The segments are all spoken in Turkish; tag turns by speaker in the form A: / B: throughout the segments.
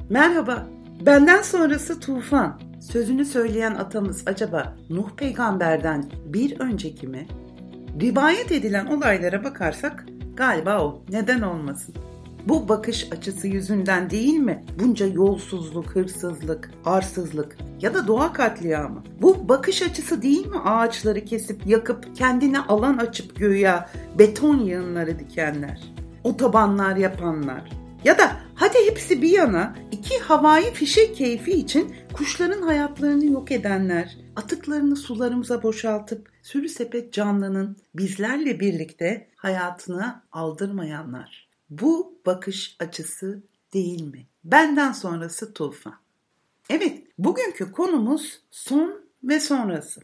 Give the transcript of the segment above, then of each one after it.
A: Merhaba, benden sonrası tufan. Sözünü söyleyen atamız acaba Nuh peygamberden bir önceki mi? Rivayet edilen olaylara bakarsak galiba o. Neden olmasın? Bu bakış açısı yüzünden değil mi bunca yolsuzluk, hırsızlık, arsızlık ya da doğa katliamı? Bu bakış açısı değil mi ağaçları kesip yakıp kendine alan açıp göğe beton yığınları dikenler, otobanlar yapanlar? Ya da hadi hepsi bir yana iki havai fişek keyfi için kuşların hayatlarını yok edenler, atıklarını sularımıza boşaltıp sürü sepet canlının bizlerle birlikte hayatını aldırmayanlar. Bu bakış açısı değil mi? Benden sonrası tufan. Evet, bugünkü konumuz son ve sonrası.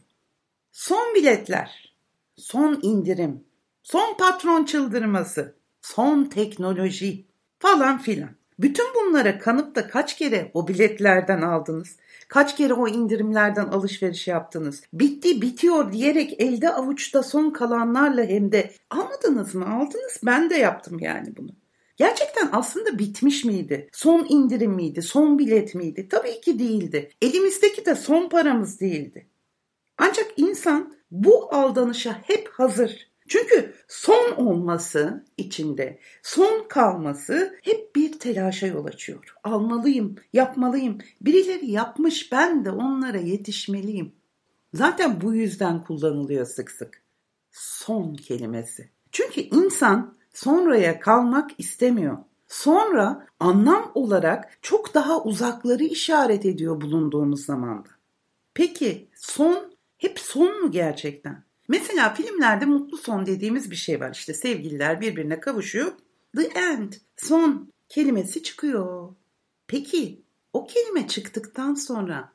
A: Son biletler, son indirim, son patron çıldırması, son teknoloji falan filan. Bütün bunlara kanıp da kaç kere o biletlerden aldınız? Kaç kere o indirimlerden alışveriş yaptınız? Bitti bitiyor diyerek elde avuçta son kalanlarla hem de almadınız mı? Aldınız. Ben de yaptım yani bunu. Gerçekten aslında bitmiş miydi? Son indirim miydi? Son bilet miydi? Tabii ki değildi. Elimizdeki de son paramız değildi. Ancak insan bu aldanışa hep hazır. Çünkü son olması içinde, son kalması hep bir telaşa yol açıyor. Almalıyım, yapmalıyım. Birileri yapmış, ben de onlara yetişmeliyim. Zaten bu yüzden kullanılıyor sık sık. Son kelimesi. Çünkü insan sonraya kalmak istemiyor. Sonra anlam olarak çok daha uzakları işaret ediyor bulunduğumuz zamanda. Peki son hep son mu gerçekten? Mesela filmlerde mutlu son dediğimiz bir şey var. İşte sevgililer birbirine kavuşuyor. The end, son kelimesi çıkıyor. Peki o kelime çıktıktan sonra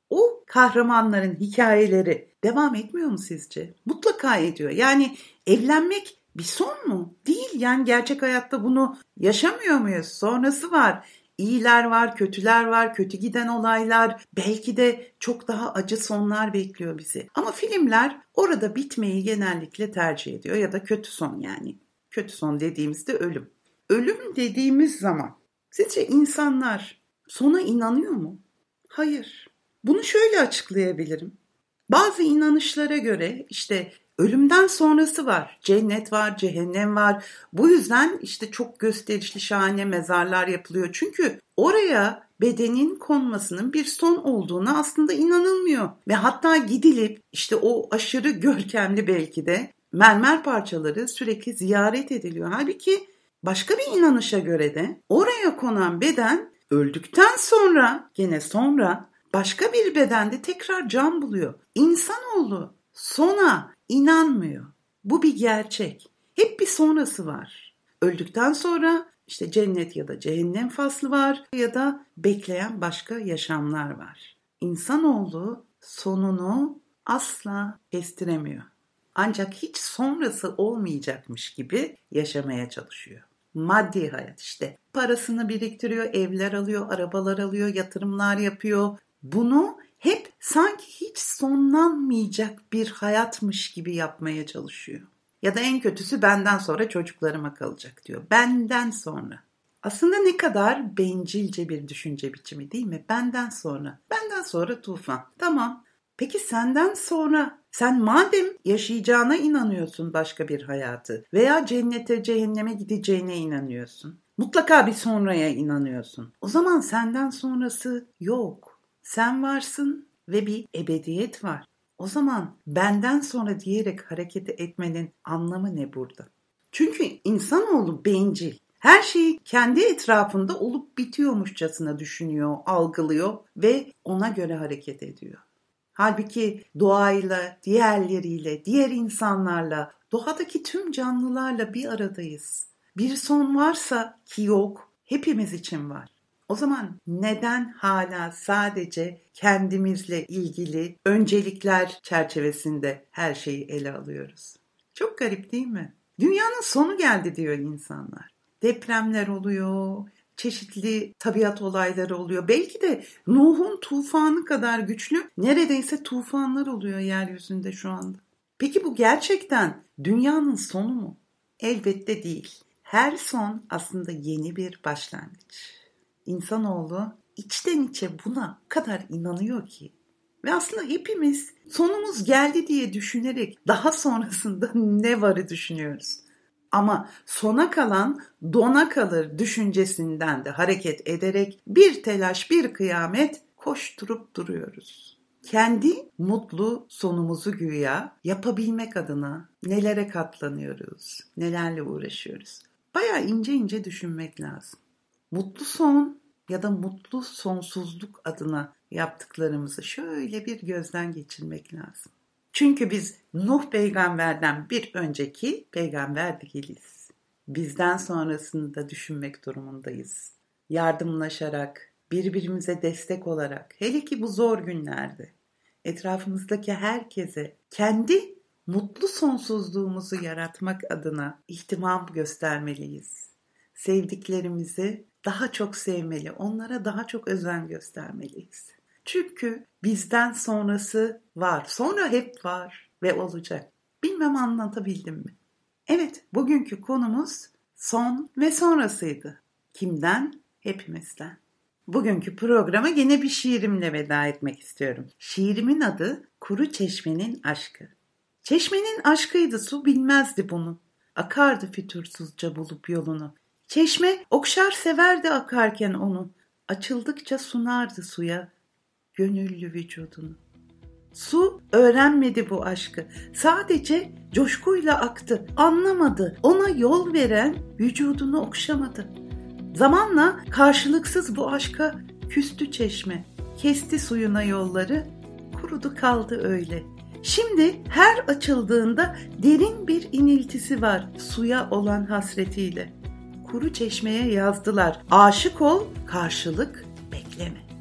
A: o kahramanların hikayeleri devam etmiyor mu sizce? Mutlaka ediyor. Yani evlenmek bir son mu? Değil. Yani gerçek hayatta bunu yaşamıyor muyuz? Sonrası var. İyiler var, kötüler var, kötü giden olaylar, belki de çok daha acı sonlar bekliyor bizi. Ama filmler orada bitmeyi genellikle tercih ediyor ya da kötü son yani. Kötü son dediğimizde ölüm. Ölüm dediğimiz zaman sizce insanlar sona inanıyor mu? Hayır. Bunu şöyle açıklayabilirim. Bazı inanışlara göre işte ölümden sonrası var. Cennet var, cehennem var. Bu yüzden işte çok gösterişli, şahane mezarlar yapılıyor. Çünkü oraya bedenin konmasının bir son olduğuna aslında inanılmıyor. Ve hatta gidilip işte o aşırı görkemli belki de mermer parçaları sürekli ziyaret ediliyor. Halbuki başka bir inanışa göre de oraya konan beden öldükten sonra, gene sonra başka bir bedende tekrar can buluyor. İnsanoğlu sona inanmıyor. Bu bir gerçek. Hep bir sonrası var. Öldükten sonra işte cennet ya da cehennem faslı var ya da bekleyen başka yaşamlar var. İnsanoğlu sonunu asla kestiremiyor. Ancak hiç sonrası olmayacakmış gibi yaşamaya çalışıyor. Maddi hayat işte. Parasını biriktiriyor, evler alıyor, arabalar alıyor, yatırımlar yapıyor. Bunu hep sanki hiç sonlanmayacak bir hayatmış gibi yapmaya çalışıyor. Ya da en kötüsü benden sonra çocuklarıma kalacak diyor. Benden sonra. Aslında ne kadar bencilce bir düşünce biçimi değil mi? Benden sonra. Benden sonra tufan. Tamam. Peki senden sonra sen madem yaşayacağına inanıyorsun başka bir hayatı veya cennete cehenneme gideceğine inanıyorsun. Mutlaka bir sonraya inanıyorsun. O zaman senden sonrası yok. Sen varsın ve bir ebediyet var. O zaman benden sonra diyerek hareket etmenin anlamı ne burada? Çünkü insanoğlu bencil. Her şeyi kendi etrafında olup bitiyormuşçasına düşünüyor, algılıyor ve ona göre hareket ediyor. Halbuki doğayla, diğerleriyle, diğer insanlarla, doğadaki tüm canlılarla bir aradayız. Bir son varsa ki yok, hepimiz için var. O zaman neden hala sadece kendimizle ilgili öncelikler çerçevesinde her şeyi ele alıyoruz? Çok garip değil mi? Dünyanın sonu geldi diyor insanlar. Depremler oluyor, çeşitli tabiat olayları oluyor. Belki de Nuh'un tufanı kadar güçlü neredeyse tufanlar oluyor yeryüzünde şu anda. Peki bu gerçekten dünyanın sonu mu? Elbette değil. Her son aslında yeni bir başlangıç. İnsanoğlu içten içe buna o kadar inanıyor ki. Ve aslında hepimiz sonumuz geldi diye düşünerek daha sonrasında ne varı düşünüyoruz. Ama sona kalan dona kalır düşüncesinden de hareket ederek bir telaş bir kıyamet koşturup duruyoruz. Kendi mutlu sonumuzu güya yapabilmek adına nelere katlanıyoruz, nelerle uğraşıyoruz. Bayağı ince ince düşünmek lazım. Mutlu son ya da mutlu sonsuzluk adına yaptıklarımızı şöyle bir gözden geçirmek lazım. Çünkü biz Nuh peygamberden bir önceki peygamber değiliz. Bizden sonrasını da düşünmek durumundayız. Yardımlaşarak, birbirimize destek olarak, hele ki bu zor günlerde etrafımızdaki herkese kendi mutlu sonsuzluğumuzu yaratmak adına ihtimam göstermeliyiz. Sevdiklerimizi daha çok sevmeli, onlara daha çok özen göstermeliyiz. Çünkü bizden sonrası var, sonra hep var ve olacak. Bilmem anlatabildim mi? Evet, bugünkü konumuz son ve sonrasıydı. Kimden? Hepimizden. Bugünkü programa yine bir şiirimle veda etmek istiyorum. Şiirimin adı Kuru Çeşmenin Aşkı. Çeşmenin aşkıydı, su bilmezdi bunu. Akardı fütursuzca bulup yolunu. Çeşme okşar severdi akarken onu. Açıldıkça sunardı suya gönüllü vücudunu. Su öğrenmedi bu aşkı. Sadece coşkuyla aktı. Anlamadı. Ona yol veren vücudunu okşamadı. Zamanla karşılıksız bu aşka küstü çeşme. Kesti suyuna yolları. Kurudu kaldı öyle. Şimdi her açıldığında derin bir iniltisi var suya olan hasretiyle. Kuru çeşmeye yazdılar. Aşık ol, karşılık bekleme.